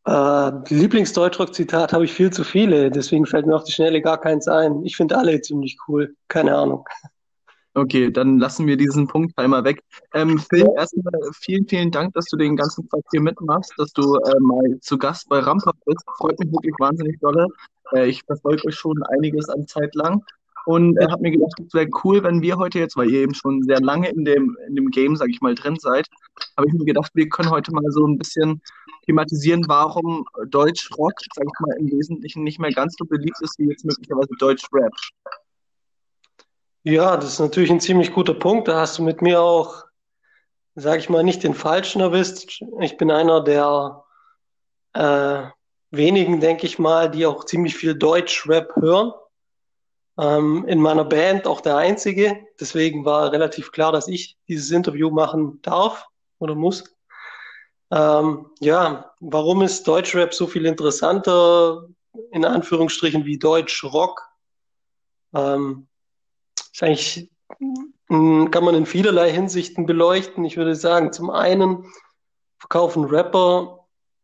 Lieblingsdeutschrock-Zitat habe ich viel zu viele, deswegen fällt mir auf die Schnelle gar keins ein. Ich finde alle ziemlich cool, keine Ahnung. Okay, dann lassen wir diesen Punkt einmal weg. Phil, erstmal vielen, vielen Dank, dass du den ganzen Tag hier mitmachst, dass du mal zu Gast bei Rampa bist. Freut mich wirklich wahnsinnig dolle. Ich verfolge euch schon einiges an Zeit lang und Ja, habe mir gedacht, es wäre cool, wenn wir heute jetzt, weil ihr eben schon sehr lange in dem Game, sag ich mal, drin seid, habe ich mir gedacht, wir können heute mal so ein bisschen thematisieren, warum Deutschrock, sag ich mal, im Wesentlichen nicht mehr ganz so beliebt ist wie jetzt möglicherweise Deutschrap. ja, das ist natürlich ein ziemlich guter Punkt. Da hast du mit mir auch, sage ich mal, nicht den Falschen erwischt. Ich bin einer der äh, wenigen, denke ich mal, die auch ziemlich viel Deutschrap hören. In meiner Band auch der Einzige. Deswegen war relativ klar, dass ich dieses Interview machen darf oder muss. Ja, warum ist Deutschrap so viel interessanter, in Anführungsstrichen, wie Deutschrock? Ähm, ist eigentlich, kann man in vielerlei Hinsichten beleuchten. Ich würde sagen, zum einen verkaufen Rapper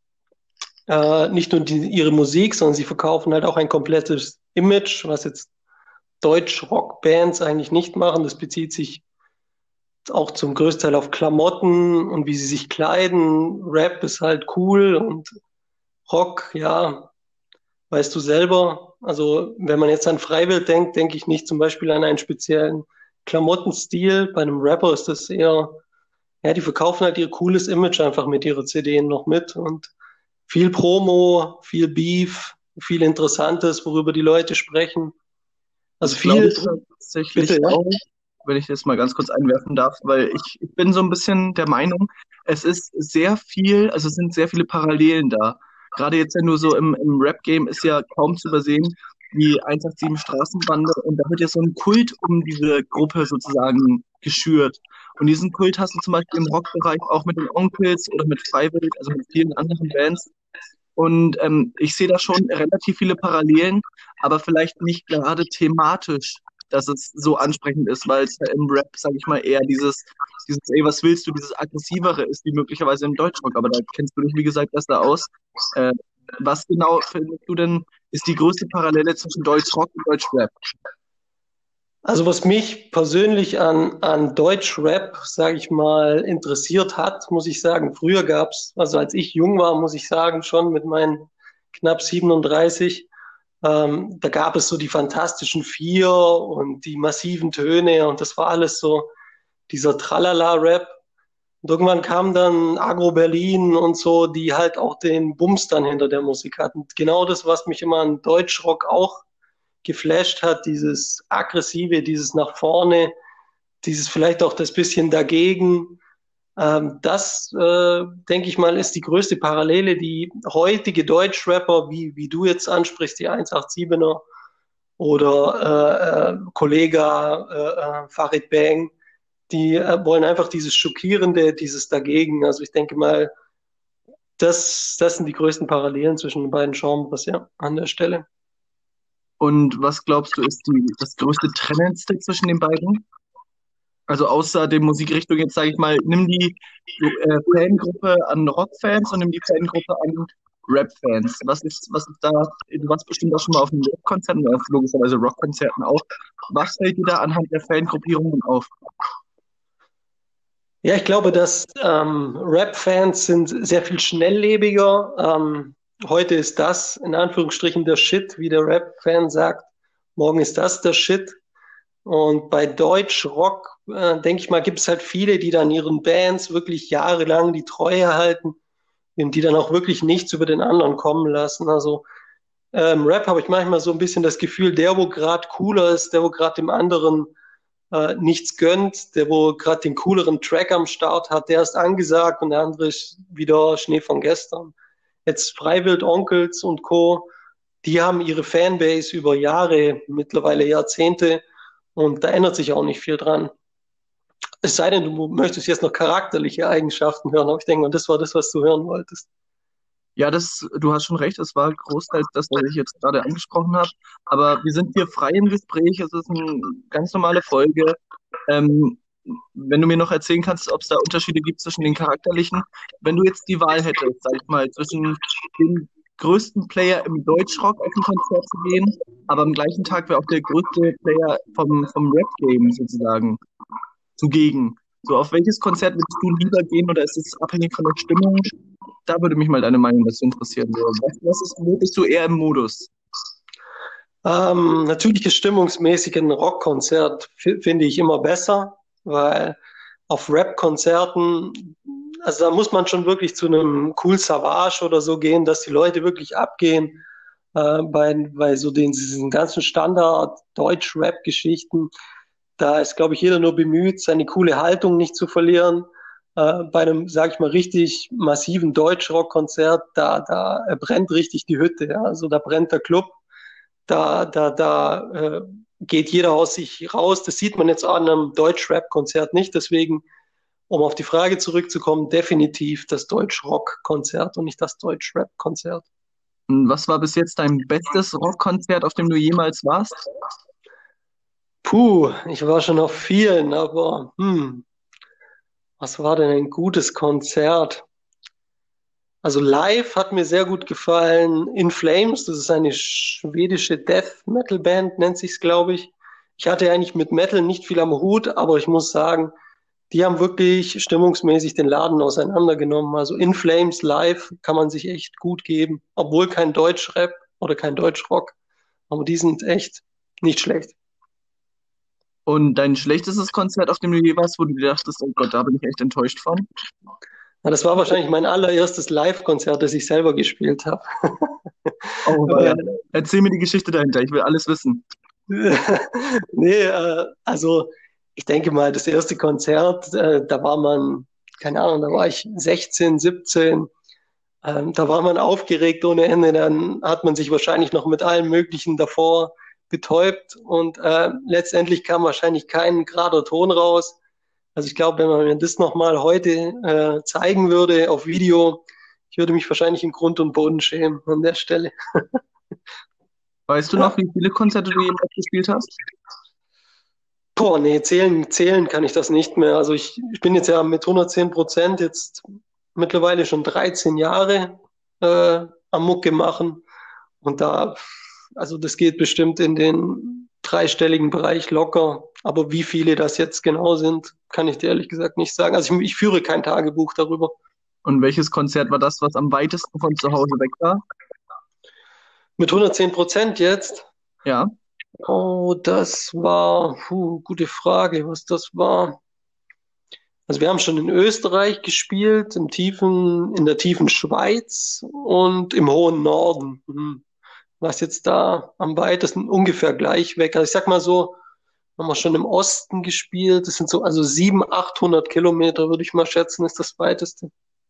nicht nur ihre Musik, sondern sie verkaufen halt auch ein komplettes Image, was jetzt Deutsch-Rock-Bands eigentlich nicht machen. Das bezieht sich auch zum größten Teil auf Klamotten und wie sie sich kleiden. Rap ist halt cool und Rock, ja, weißt du selber. Also wenn man jetzt an Freiwild denkt, denke ich nicht zum Beispiel an einen speziellen Klamottenstil. Bei einem Rapper ist das eher, ja, die verkaufen halt ihr cooles Image einfach mit ihrer CD noch mit und viel Promo, viel Beef, viel Interessantes, worüber die Leute sprechen. Also Das glaube viel, ich tatsächlich bitte, ja. auch, wenn ich das mal ganz kurz einwerfen darf, weil ich bin so ein bisschen der Meinung, es ist sehr viel, also es sind sehr viele Parallelen da. Gerade jetzt ja nur so im Rap-Game ist ja kaum zu übersehen, die 187 Straßenbande und da wird ja so ein Kult um diese Gruppe sozusagen geschürt. Und diesen Kult hast du zum Beispiel im Rockbereich auch mit den Onkels oder mit Freiwild, also mit vielen anderen Bands. Und ich sehe da schon relativ viele Parallelen, aber vielleicht nicht gerade thematisch, dass es so ansprechend ist, weil es ja im Rap, sage ich mal, eher ey, was willst du, dieses Aggressivere ist, wie möglicherweise im Deutschrock. Aber da kennst du dich, wie gesagt, besser aus. Äh, Was genau findest du denn, ist die größte Parallele zwischen Deutschrock und Deutschrap? Also was mich persönlich an Deutschrap, sage ich mal, interessiert hat, muss ich sagen, früher gab's, also als ich jung war, muss ich sagen, schon mit meinen knapp 37, da gab es so die Fantastischen Vier und die massiven Töne und das war alles so dieser Tralala-Rap. Und irgendwann kam dann Agro Berlin und so, die halt auch den Bums dann hinter der Musik hatten. Genau das, was mich immer an Deutschrock auch geflasht hat, dieses Aggressive, dieses nach vorne, dieses vielleicht auch das bisschen dagegen. Das, denke ich mal, ist die größte Parallele, die heutige Deutschrapper, wie du jetzt ansprichst, die 187er oder Kollega Farid Bang, die wollen einfach dieses Schockierende, dieses Dagegen. Also ich denke mal, das sind die größten Parallelen zwischen den beiden Genres, ja, an der Stelle. Und was glaubst du, ist das größte Trennendste zwischen den beiden? Also außer der Musikrichtung, jetzt sage ich mal, nimm die Fangruppe an Rockfans und nimm die Fangruppe an Rap-Fans. Was ist da, du warst bestimmt auch schon mal auf einem Rockkonzert oder auf logischerweise Rockkonzerten auch. Was fällt dir da anhand der Fangruppierungen auf? Ja, ich glaube, dass Rap-Fans sind sehr viel schnelllebiger. Heute ist das in Anführungsstrichen der Shit, wie der Rap-Fan sagt. Morgen ist das der Shit. Und bei Deutsch-Rock, denke ich mal, gibt es halt viele, die dann ihren Bands wirklich jahrelang die Treue halten und die dann auch wirklich nichts über den anderen kommen lassen. Also Rap habe ich manchmal so ein bisschen das Gefühl, der, wo gerade cooler ist, der, wo gerade dem anderen nichts gönnt, der wo gerade den cooleren Track am Start hat, der ist angesagt und der andere ist wieder Schnee von gestern. Jetzt Freiwild, Onkels und Co., die haben ihre Fanbase über Jahre, mittlerweile Jahrzehnte und da ändert sich auch nicht viel dran. Es sei denn, du möchtest jetzt noch charakterliche Eigenschaften hören, aber ich denke mal, das war das, was du hören wolltest. Ja, du hast schon recht, es war großteils das, was ich jetzt gerade angesprochen habe. Aber wir sind hier frei im Gespräch, es ist eine ganz normale Folge. wenn du mir noch erzählen kannst, ob es da Unterschiede gibt zwischen den charakterlichen. Wenn du jetzt die Wahl hättest, sag ich mal, zwischen dem größten Player im Deutschrock auf ein Konzert zu gehen, aber am gleichen Tag wäre auch der größte Player vom Rap-Game sozusagen zugegen. So, auf welches Konzert würdest du lieber gehen oder ist es abhängig von der Stimmung? Da würde mich mal deine Meinung dazu interessieren. So, bist du eher im Modus? Natürlich ist stimmungsmäßig ein Rockkonzert, finde ich immer besser, weil auf Rap-Konzerten, also da muss man schon wirklich zu einem Cool Savage oder so gehen, dass die Leute wirklich abgehen. Bei so diesen ganzen Standard-Deutsch-Rap-Geschichten, da ist, glaube ich, jeder nur bemüht, seine coole Haltung nicht zu verlieren. Bei einem, sage ich mal, richtig massiven Deutsch-Rock-Konzert, da brennt richtig die Hütte. Ja? Also da brennt der Club. Da geht jeder aus sich raus. Das sieht man jetzt an einem Deutsch-Rap-Konzert nicht. Deswegen, um auf die Frage zurückzukommen, definitiv das Deutsch-Rock-Konzert und nicht das Deutsch-Rap-Konzert. Was war bis jetzt dein bestes Rockkonzert, auf dem du jemals warst? Puh, ich war schon auf vielen, aber was war denn ein gutes Konzert? Also live hat mir sehr gut gefallen In Flames, das ist eine schwedische Death Metal Band, nennt sich's, glaube ich. Ich hatte eigentlich mit Metal nicht viel am Hut, aber ich muss sagen, die haben wirklich stimmungsmäßig den Laden auseinandergenommen. Also In Flames live kann man sich echt gut geben, obwohl kein Deutschrap oder kein Deutschrock, aber die sind echt nicht schlecht. Und dein schlechtestes Konzert, auf dem du je warst, wo du dir dachtest, oh Gott, da bin ich echt enttäuscht von? Ja, das war wahrscheinlich mein allererstes Live-Konzert, das ich selber gespielt habe. Oh, ja. Erzähl mir die Geschichte dahinter, ich will alles wissen. Nee, also ich denke mal, das erste Konzert, da war man, keine Ahnung, da war ich 16, 17, da war man aufgeregt ohne Ende, dann hat man sich wahrscheinlich noch mit allem Möglichen davor betäubt und letztendlich kam wahrscheinlich kein gerader Ton raus. Also ich glaube, wenn man mir das nochmal heute zeigen würde auf Video, ich würde mich wahrscheinlich in Grund und Boden schämen an der Stelle. Weißt du noch, wie viele Konzerte du jemals gespielt hast? Boah, nee, zählen kann ich das nicht mehr. Also ich bin jetzt ja mit 110% jetzt mittlerweile schon 13 Jahre am Mucke machen. Und also das geht bestimmt in den dreistelligen Bereich locker. Aber wie viele das jetzt genau sind, kann ich dir ehrlich gesagt nicht sagen. Also ich führe kein Tagebuch darüber. Und welches Konzert war das, was am weitesten von zu Hause weg war? Mit 110% jetzt. Ja. Oh, das war, gute Frage, was das war. Also wir haben schon in Österreich gespielt, in der tiefen Schweiz und im hohen Norden. Was jetzt da am weitesten ungefähr gleich weg. Also ich sag mal so, haben wir schon im Osten gespielt. Das sind so, also 700, 800 Kilometer, würde ich mal schätzen, ist das weiteste.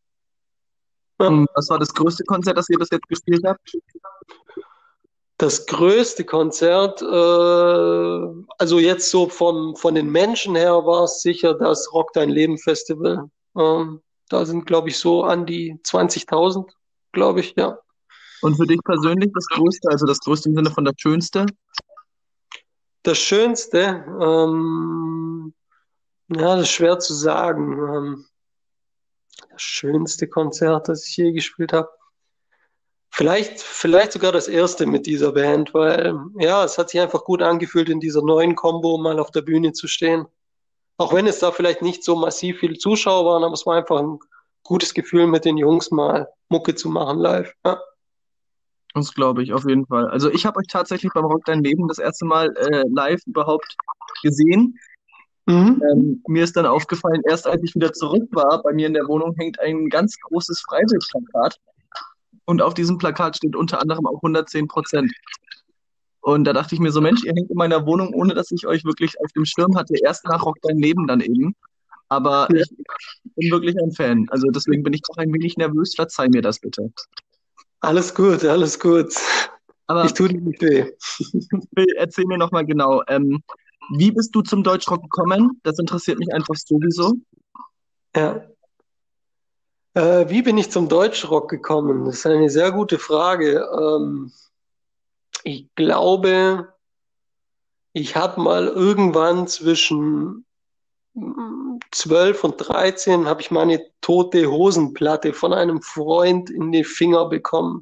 Ja. Und was war das größte Konzert, das ihr bis jetzt gespielt habt? Das größte Konzert, also jetzt so von den Menschen her war es sicher das Rock Dein Leben Festival. Da sind, glaube ich, so an die 20.000, glaube ich, ja. Und für dich persönlich das größte, also das größte im Sinne von das Schönste? Das Schönste, ja, das ist schwer zu sagen. Das schönste Konzert, das ich je gespielt habe. Vielleicht sogar das erste mit dieser Band, weil ja, es hat sich einfach gut angefühlt, in dieser neuen Combo mal auf der Bühne zu stehen. Auch wenn es da vielleicht nicht so massiv viele Zuschauer waren, aber es war einfach ein gutes Gefühl, mit den Jungs mal Mucke zu machen live. Ja. Das glaube ich, auf jeden Fall. Also ich habe euch tatsächlich beim Rock Dein Leben das erste Mal live überhaupt gesehen. Mir ist dann aufgefallen, erst als ich wieder zurück war, bei mir in der Wohnung hängt ein ganz großes Freiwilligplakat. Und auf diesem Plakat steht unter anderem auch 110%. Und da dachte ich mir so, Mensch, ihr hängt in meiner Wohnung, ohne dass ich euch wirklich auf dem Schirm hatte. Erst nach Rock Dein Leben dann eben. Aber Ja. ich bin wirklich ein Fan. Also deswegen bin ich doch ein wenig nervös. Verzeih mir das bitte. Alles gut, alles gut. Aber Ich tue dir nicht weh. erzähl mir nochmal genau, wie bist du zum Deutschrock gekommen? Das interessiert mich einfach sowieso. Ja. Wie bin ich zum Deutschrock gekommen? Das ist eine sehr gute Frage. Ich glaube, ich habe mal irgendwann zwischen 12 und 13 habe ich meine Tote Hosenplatte von einem Freund in die Finger bekommen.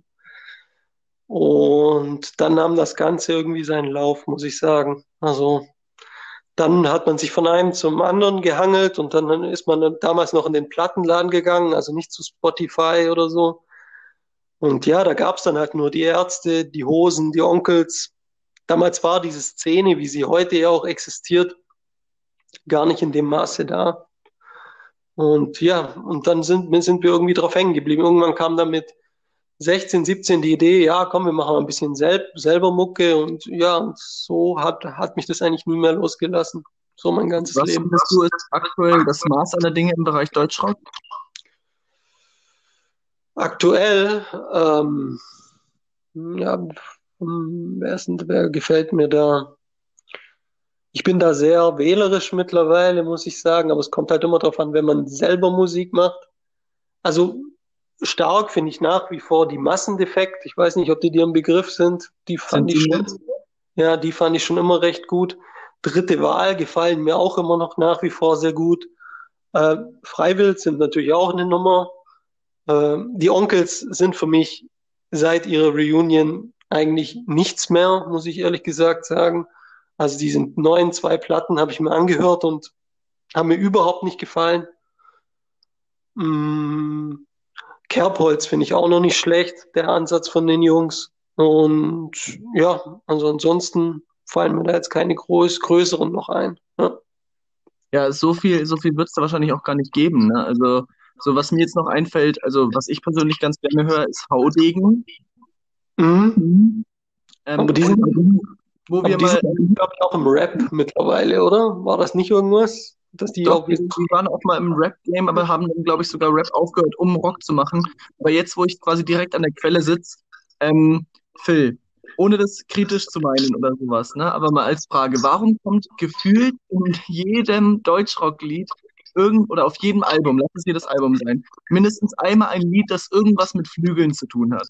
Und dann nahm das Ganze irgendwie seinen Lauf, muss ich sagen. Also dann hat man sich von einem zum anderen gehangelt und dann ist man dann damals noch in den Plattenladen gegangen, also nicht zu Spotify oder so. Und ja, da gab's dann halt nur die Ärzte, die Hosen, die Onkels. Damals war diese Szene, wie sie heute ja auch existiert, gar nicht in dem Maße da. Und ja, und dann sind wir irgendwie drauf hängen geblieben. Irgendwann kam dann mit 16, 17 die Idee, ja, komm, wir machen mal ein bisschen selber Mucke. Und ja, und so hat mich das eigentlich nie mehr losgelassen. So mein ganzes Was Leben. findest du ist aktuell das Maß aller Dinge im Bereich Deutschrock? Aktuell, ja, wer gefällt mir da? Ich bin da sehr wählerisch mittlerweile, muss ich sagen, aber es kommt halt immer darauf an, wenn man selber Musik macht. Also stark finde ich nach wie vor die Massendefekt. Ich weiß nicht, ob die dir ein Begriff sind. Sind die mit? Die fand ich schon immer recht gut. Dritte Wahl gefallen mir auch immer noch nach wie vor sehr gut. Freiwild sind natürlich auch eine Nummer. Die Onkels sind für mich seit ihrer Reunion eigentlich nichts mehr, muss ich ehrlich gesagt sagen. Also die sind neuen, zwei Platten habe ich mir angehört und haben mir überhaupt nicht gefallen. Mm, Kerbholz finde ich auch noch nicht schlecht, der Ansatz von den Jungs. Und ja, also ansonsten fallen mir da jetzt keine größeren noch ein. Ja. Ja, so viel wird es da wahrscheinlich auch gar nicht geben, ne? Also, so was mir jetzt noch einfällt, also was ich persönlich ganz gerne höre, ist Haudegen. Mhm. Mhm. Aber die Und sind, wo aber wir die mal, sind, glaube ich, auch im Rap mittlerweile, oder? War das nicht irgendwas? Dass die doch, auch die waren auch mal im Rap-Game, aber haben dann, glaube ich, sogar Rap aufgehört, um Rock zu machen. Aber jetzt, wo ich quasi direkt an der Quelle sitze, Phil, ohne das kritisch zu meinen oder sowas, ne? Aber mal als Frage, warum kommt gefühlt in jedem Deutschrock-Lied oder auf jedem Album, lass es jedes Album sein, mindestens einmal ein Lied, das irgendwas mit Flügeln zu tun hat?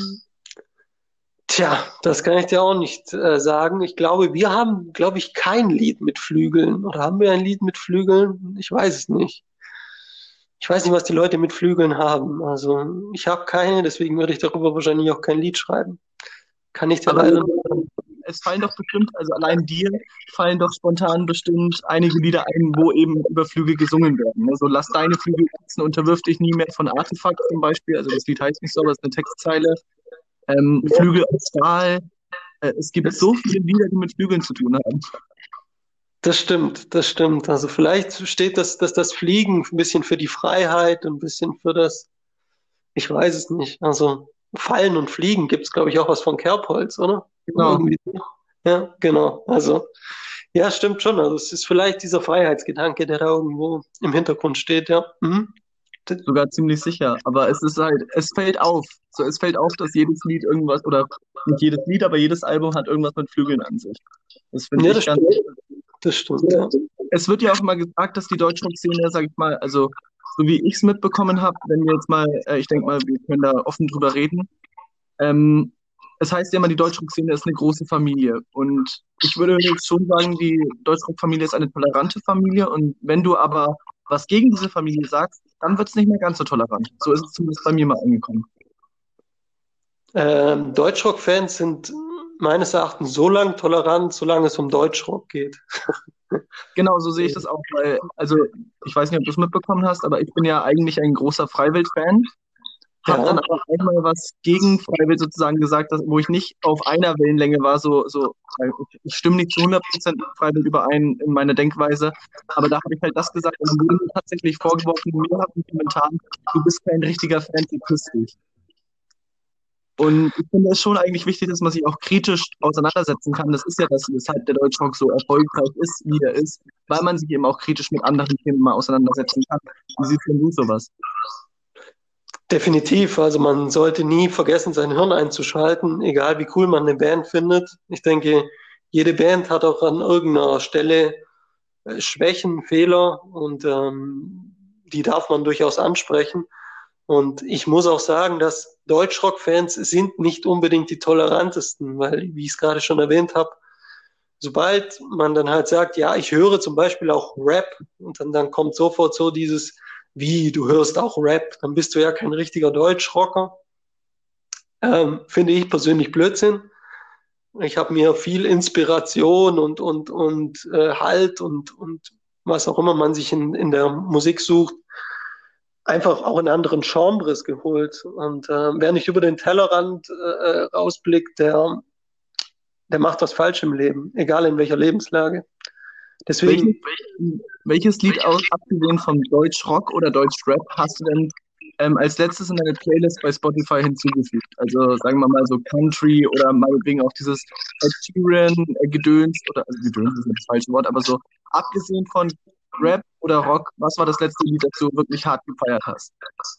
Tja, das kann ich dir auch nicht sagen. Ich glaube, wir haben, glaube ich, kein Lied mit Flügeln. Oder haben wir ein Lied mit Flügeln? Ich weiß es nicht. Ich weiß nicht, was die Leute mit Flügeln haben. Also ich habe keine, deswegen würde ich darüber wahrscheinlich auch kein Lied schreiben. Kann ich dir Aber leider nicht. es fallen doch bestimmt, also allein dir fallen doch spontan bestimmt einige Lieder ein, wo eben über Flügel gesungen werden. Ne? So Lass deine Flügel wachsen, unterwirf dich nie mehr von Artefakt zum Beispiel. Also das Lied heißt nicht so, aber es ist eine Textzeile. Flügel aus Stahl. Es gibt so viele Lieder, die mit Flügeln zu tun haben. Das stimmt, das stimmt. Also vielleicht steht das Fliegen ein bisschen für die Freiheit, ein bisschen für das, ich weiß es nicht. Also Fallen und Fliegen gibt es, glaube ich, auch was von Kerbholz, oder? Genau. Irgendwie. Ja, genau. Also, ja, stimmt schon. Also es ist vielleicht dieser Freiheitsgedanke, der da irgendwo im Hintergrund steht, ja. Mhm. Sogar ziemlich sicher. Aber es ist halt, es fällt auf. So, es fällt auf, dass jedes Lied irgendwas, oder nicht jedes Lied, aber jedes Album hat irgendwas mit Flügeln an sich. Das finde Ja, ich das ganz. stimmt. Das stimmt, ja. Es wird ja auch immer gesagt, dass die Deutschrock-Szene, sag ich mal, also so wie ich es mitbekommen habe, wenn wir jetzt mal, ich denke mal, wir können da offen drüber reden. Ähm, Es heißt ja immer, die Deutschrock-Szene ist eine große Familie. Und ich würde jetzt schon sagen, die Deutschrock-Familie ist eine tolerante Familie. Und wenn du aber was gegen diese Familie sagst, dann wird es nicht mehr ganz so tolerant. So ist es zumindest bei mir mal angekommen. Deutschrock-Fans sind meines Erachtens so lang tolerant, solange es um Deutschrock geht. Genau, so sehe ich das auch, weil, also ich weiß nicht, ob du es mitbekommen hast, aber ich bin ja eigentlich ein großer Freiwild-Fan. Hab dann Ja, aber einmal was gegen Freiwild sozusagen gesagt, wo ich nicht auf einer Wellenlänge war, ich stimme nicht zu 100% mit Freiwild überein in meiner Denkweise, aber da habe ich halt das gesagt und dann wurde mir tatsächlich vorgeworfen, in mehreren Kommentaren, du bist kein richtiger Fan, verpiss dich. Und ich finde es schon eigentlich wichtig, dass man sich auch kritisch auseinandersetzen kann. Das ist ja das, weshalb der Deutschrock so erfolgreich ist, wie er ist, weil man sich eben auch kritisch mit anderen Themen mal auseinandersetzen kann. Wie siehst denn du sowas? definitiv. Also man sollte nie vergessen, sein Hirn einzuschalten, egal wie cool man eine Band findet. Ich denke, jede Band hat auch an irgendeiner Stelle Schwächen, Fehler und die darf man durchaus ansprechen. Und ich muss auch sagen, dass Deutschrock-Fans sind nicht unbedingt die tolerantesten, weil, wie ich es gerade schon erwähnt habe, sobald man dann halt sagt, ja, ich höre zum Beispiel auch Rap und dann kommt sofort so dieses, wie, du hörst auch Rap, dann bist du ja kein richtiger Deutschrocker. Finde ich persönlich Blödsinn. Ich habe mir viel Inspiration und Halt und was auch immer man sich in der Musik sucht, einfach auch in anderen Genres geholt. Und wer nicht über den Tellerrand rausblickt, der macht was falsch im Leben, egal in welcher Lebenslage. Welches, Deswegen, welches Lied aus, abgesehen vom Deutschrock oder Deutschrap, hast du denn als letztes in deine Playlist bei Spotify hinzugefügt? Also sagen wir mal so Country oder meinetwegen auch dieses Ed Sheeran Gedöns oder also Gedöns ist nicht das falsche Wort, aber so abgesehen von Rap oder Rock, was war das letzte Lied, das du wirklich hart gefeiert hast?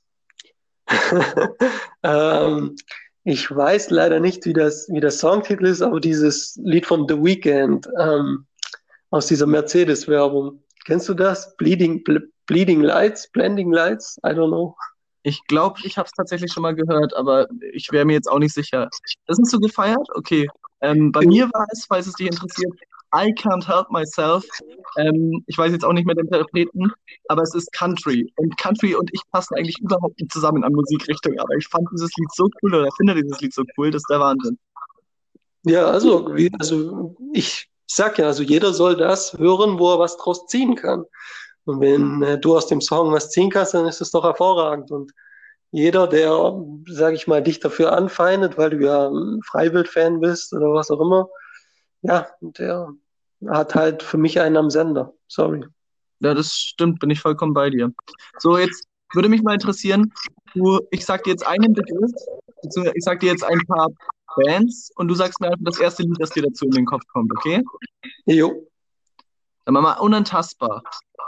ähm, ich weiß leider nicht, wie der Songtitel ist, aber dieses Lied von The Weeknd aus dieser Mercedes-Werbung. Kennst du das? Bleeding Lights, Blending Lights? I don't know. Ich glaube, ich habe es tatsächlich schon mal gehört, aber ich wäre mir jetzt auch nicht sicher. Das hast du gefeiert? Okay. Bei mir war es, falls es dich interessiert, I Can't Help Myself. Ich weiß jetzt auch nicht mehr den Interpreten, aber es ist Country. Und Country und ich passen eigentlich überhaupt nicht zusammen an Musikrichtung, aber ich fand dieses Lied so cool oder finde dieses Lied so cool, das ist der Wahnsinn. Ja, also ich sag ja, also jeder soll das hören, wo er was draus ziehen kann. Und wenn du aus dem Song was ziehen kannst, dann ist es doch hervorragend. Und jeder, der, sag ich mal, dich dafür anfeindet, weil du ja ein Freiwild-Fan bist oder was auch immer, ja, der hat halt für mich einen am Sender. Sorry. Ja, das stimmt, bin ich vollkommen bei dir. So, jetzt würde mich mal interessieren, ich sag dir jetzt einen Begriff, beziehungsweise ich sag dir jetzt ein paar Bands und du sagst mir einfach das erste Lied, das dir dazu in den Kopf kommt, okay? Jo, Dann machen wir Unantastbar.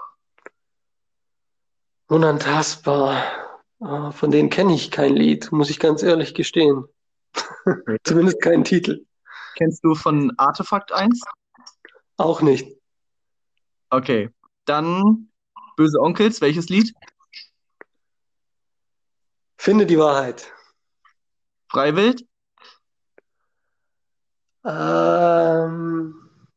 unantastbar. Von denen kenne ich kein Lied, muss ich ganz ehrlich gestehen. Okay. Zumindest keinen Titel. Kennst du von Artefakt eins? Auch nicht. Okay. Dann Böse Onkels, welches Lied? Finde die Wahrheit. Freiwild? Ähm,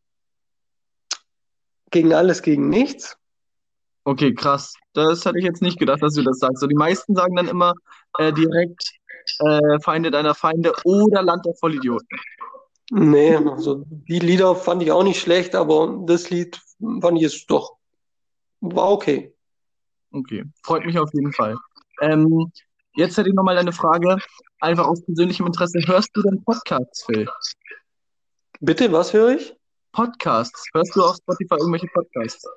gegen alles, gegen nichts. Okay, krass. Das hätte ich jetzt nicht gedacht, dass du das sagst. So, die meisten sagen dann immer direkt Feinde deiner Feinde oder Land der Vollidioten. Nee, also die Lieder fand ich auch nicht schlecht, aber das Lied fand ich jetzt doch, war okay. Okay, freut mich auf jeden Fall. Ähm, Jetzt hätte ich nochmal eine Frage, einfach aus persönlichem Interesse. Hörst du denn Podcasts, Phil? Bitte, was höre ich? Podcasts? Hörst du auf Spotify irgendwelche Podcasts?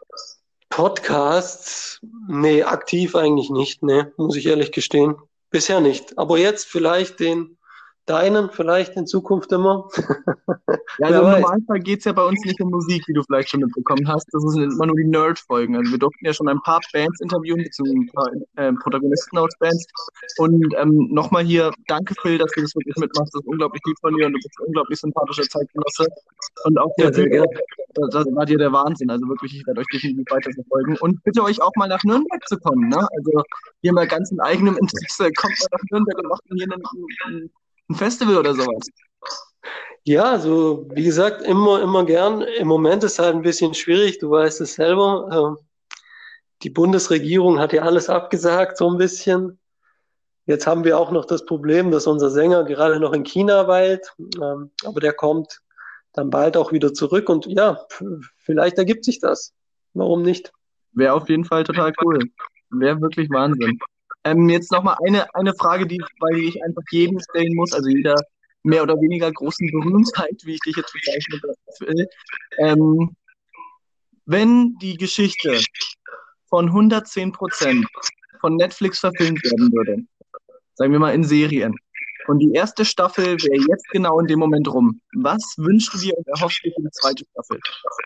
Podcasts? Nee, aktiv eigentlich nicht, nee, muss ich ehrlich gestehen. Bisher nicht. Aber jetzt vielleicht deinen, vielleicht in Zukunft immer. Ja, also Wer im weiß. Normalfall geht es ja bei uns nicht um Musik, wie du vielleicht schon mitbekommen hast. Das sind immer nur die Nerd-Folgen. Also wir durften ja schon ein paar Bands interviewen, beziehungsweise ein paar Protagonisten aus Bands. Und nochmal hier, danke Phil, dass du das wirklich mitmachst. Das ist unglaublich lieb von dir und du bist ein unglaublich sympathischer Zeitgenosse. Und auch der Ja, sehr Bühne, gern. das war dir der Wahnsinn. Also wirklich, ich werde euch definitiv weiter verfolgen. Und bitte euch auch mal nach Nürnberg zu kommen. Ne? Also hier mal ganz in eigenem Interesse, kommt mal nach Nürnberg und macht hier ein Festival oder sowas. Ja, also wie gesagt, immer gern. Im Moment ist halt ein bisschen schwierig, du weißt es selber. Die Bundesregierung hat ja alles abgesagt, so ein bisschen. Jetzt haben wir auch noch das Problem, dass unser Sänger gerade noch in China weilt, aber der kommt dann bald auch wieder zurück und ja, vielleicht ergibt sich das. Warum nicht? Wäre auf jeden Fall total cool. Wäre wirklich Wahnsinn. Jetzt nochmal eine Frage, weil ich einfach jedem stellen muss, also jeder mehr oder weniger großen Berühmtheit, wie ich dich jetzt bezeichnen will. Ähm, Wenn die Geschichte von 110% von Netflix verfilmt werden würde, sagen wir mal in Serien, und die erste Staffel wäre jetzt genau in dem Moment rum, was wünschst du dir und erhoffst du dir für die zweite Staffel?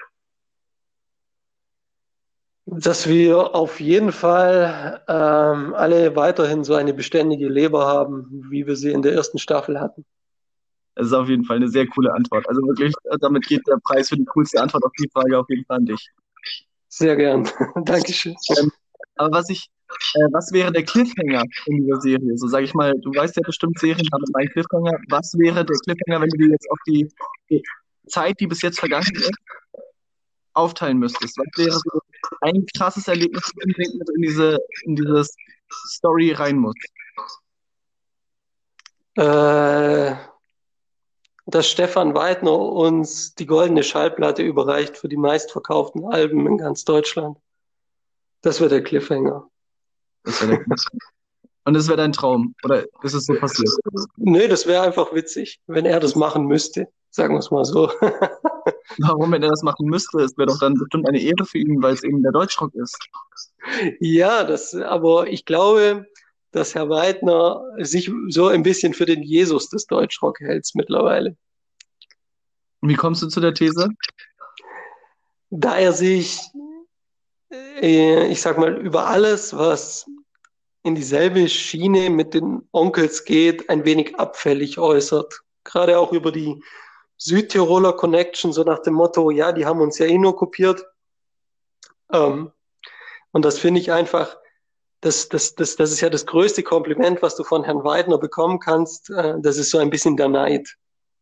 Dass wir auf jeden Fall alle weiterhin so eine beständige Leber haben, wie wir sie in der ersten Staffel hatten. Das ist auf jeden Fall eine sehr coole Antwort. Also wirklich, damit geht der Preis für die coolste Antwort auf die Frage auf jeden Fall an dich. Sehr gern. Dankeschön. Ähm, aber was wäre der Cliffhanger in dieser Serie? So sage ich mal, du weißt ja bestimmt, Serien haben einen Cliffhanger. Was wäre der Cliffhanger, wenn du dir jetzt auf Zeit, die bis jetzt vergangen ist, aufteilen müsstest? Was wäre so ein krasses Erlebnis, das unbedingt mit in diese Story rein muss? Äh, dass Stefan Weidner uns die goldene Schallplatte überreicht für die meistverkauften Alben in ganz Deutschland. Das wird der Cliffhanger. Das wäre der Und das wäre dein Traum. Oder ist es so passiert? Nee, das wäre einfach witzig, wenn er das machen müsste. Sagen wir es mal so. Warum, wenn er das machen müsste? Es wäre doch dann bestimmt eine Ehre für ihn, weil es eben der Deutschrock ist. Ja, aber ich glaube, dass Herr Weidner sich so ein bisschen für den Jesus des Deutschrock hält mittlerweile. Und wie kommst du zu der These? Da er sich, ich sag mal, über alles, was in dieselbe Schiene mit den Onkels geht, ein wenig abfällig äußert. Gerade auch über die Südtiroler Connection, so nach dem Motto, ja, die haben uns ja eh nur kopiert. Und das finde ich einfach, das ist ja das größte Kompliment, was du von Herrn Weidner bekommen kannst. Das ist so ein bisschen der Neid.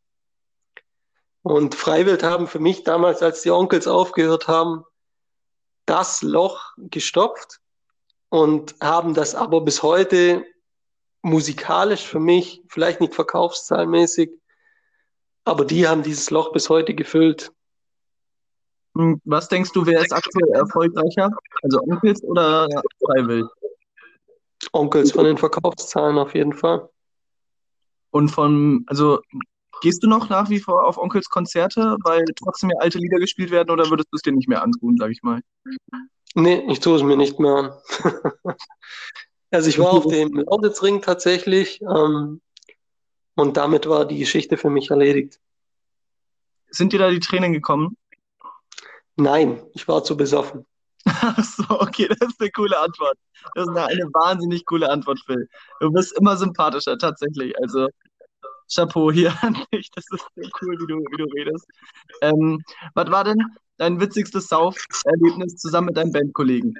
Und Freiwild haben für mich damals, als die Onkels aufgehört haben, das Loch gestopft und haben das aber bis heute musikalisch für mich, vielleicht nicht verkaufszahlmäßig, aber die haben dieses Loch bis heute gefüllt. Was denkst du, wer ist aktuell erfolgreicher? Also Onkels oder Freiwild? Onkels von den Verkaufszahlen auf jeden Fall. Und also gehst du noch nach wie vor auf Onkels Konzerte, weil trotzdem ja alte Lieder gespielt werden, oder würdest du es dir nicht mehr antun, sag ich mal? Nee, ich tue es mir nicht mehr an. Also ich war auf dem Lausitzring tatsächlich und damit war die Geschichte für mich erledigt. Sind dir da die Tränen gekommen? Nein, ich war zu besoffen. Ach so, okay, das ist eine coole Antwort. Das ist eine wahnsinnig coole Antwort, Phil. Du bist immer sympathischer, tatsächlich. Also, Chapeau hier an dich. Das ist so cool, wie du redest. Was war denn dein witzigstes Sauferlebnis zusammen mit deinen Bandkollegen?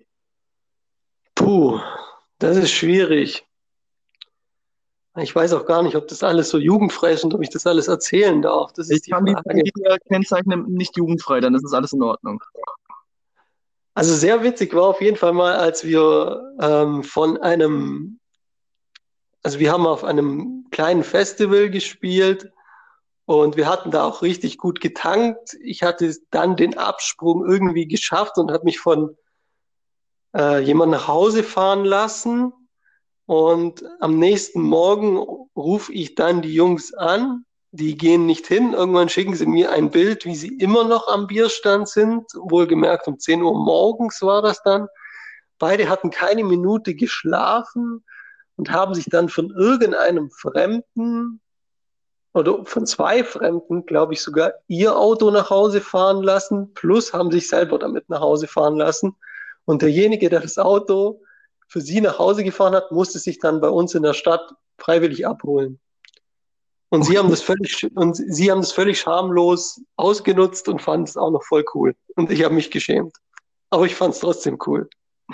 Puh, das ist schwierig. Ich weiß auch gar nicht, ob das alles so jugendfrei ist und ob ich das alles erzählen darf. Das Ich ist die kann die Frage. Kennzeichen nicht jugendfrei, dann ist das alles in Ordnung. Also sehr witzig war auf jeden Fall mal, als wir also wir haben auf einem kleinen Festival gespielt und wir hatten da auch richtig gut getankt. Ich hatte dann den Absprung irgendwie geschafft und habe mich von jemandem nach Hause fahren lassen. Und am nächsten Morgen rufe ich dann die Jungs an. Die gehen nicht hin. Irgendwann schicken sie mir ein Bild, wie sie immer noch am Bierstand sind. Wohlgemerkt um 10 Uhr morgens war das dann. Beide hatten keine Minute geschlafen und haben sich dann von irgendeinem Fremden oder von zwei Fremden, glaube ich, sogar ihr Auto nach Hause fahren lassen, plus haben sich selber damit nach Hause fahren lassen. Und derjenige, der das Auto für sie nach Hause gefahren hat, musste sich dann bei uns in der Stadt freiwillig abholen. Und sie haben das völlig schamlos ausgenutzt und fanden es auch noch voll cool. Und ich habe mich geschämt. Aber ich fand es trotzdem cool.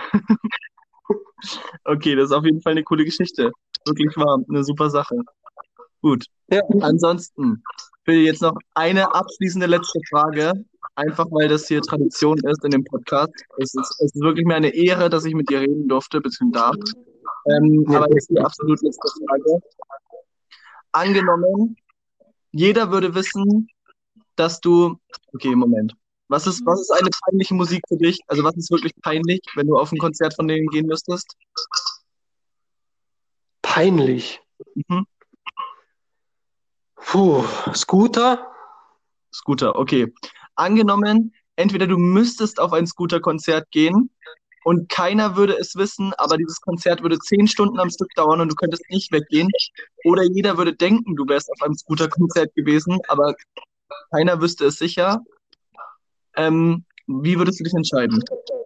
Okay, das ist auf jeden Fall eine coole Geschichte. Wirklich wahr, eine super Sache. Gut. Ja. Ansonsten will ich jetzt noch eine abschließende letzte Frage, einfach weil das hier Tradition ist in dem Podcast. Es ist wirklich mir eine Ehre, dass ich mit dir reden durfte, beziehungsweise darf. Aber jetzt die absolut letzte Frage. Angenommen, jeder würde wissen, dass du. Okay, Moment. Was ist eine peinliche Musik für dich? Also was ist wirklich peinlich, wenn du auf ein Konzert von denen gehen müsstest? Peinlich. Mhm. Puh, Scooter? Scooter, okay. Angenommen, entweder du müsstest auf ein Scooter-Konzert gehen und keiner würde es wissen, aber dieses Konzert würde 10 Stunden am Stück dauern und du könntest nicht weggehen. Oder jeder würde denken, du wärst auf einem Scooter-Konzert gewesen, aber keiner wüsste es sicher. Wie würdest du dich entscheiden?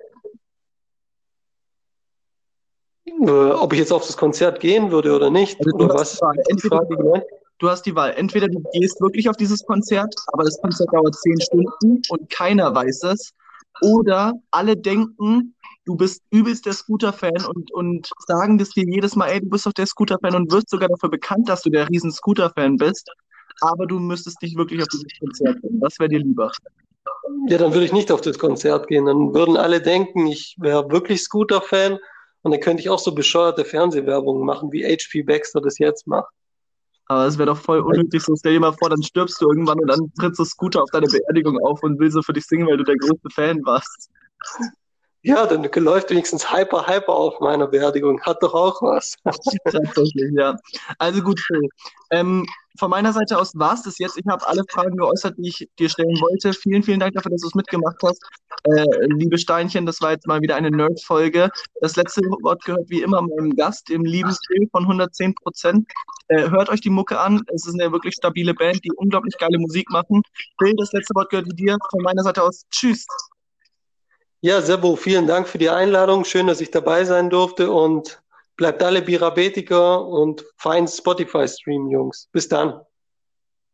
Ob ich jetzt auf das Konzert gehen würde oder nicht? Also Oder was? Du hast die Wahl. Entweder du gehst wirklich auf dieses Konzert, aber das Konzert dauert 10 Stunden und keiner weiß es. Oder alle denken, du bist übelst der Scooter-Fan und sagen das dir jedes Mal, ey, du bist doch der Scooter-Fan und wirst sogar dafür bekannt, dass du der riesen Scooter-Fan bist. aber du müsstest nicht wirklich auf dieses Konzert gehen. Was wäre dir lieber? Ja, dann würde ich nicht auf das Konzert gehen. Dann würden alle denken, ich wäre wirklich Scooter-Fan und dann könnte ich auch so bescheuerte Fernsehwerbung machen, wie HP Baxter das jetzt macht. Aber es wäre doch voll unnötig, so stell dir mal vor, dann stirbst du irgendwann und dann tritt so Scooter auf deine Beerdigung auf und will so für dich singen, weil du der größte Fan warst. Ja, dann läuft wenigstens Hyper auf meiner Beerdigung. Hat doch auch was. Tatsächlich, ja. Also gut, Phil. Von meiner Seite aus war es das jetzt. Ich habe alle Fragen geäußert, die ich dir stellen wollte. Vielen, vielen Dank dafür, dass du es mitgemacht hast. Liebe Steinchen, das war jetzt mal wieder eine Nerd-Folge. Das letzte Wort gehört wie immer meinem Gast, dem lieben Phil von 110%. Hört euch die Mucke an. Es ist eine wirklich stabile Band, die unglaublich geile Musik machen. Phil, das letzte Wort gehört wie dir. Von meiner Seite aus, tschüss. Ja, Sebo, vielen Dank für die Einladung. Schön, dass ich dabei sein durfte und bleibt alle Birabetiker und fein Spotify-Stream, Jungs. Bis dann.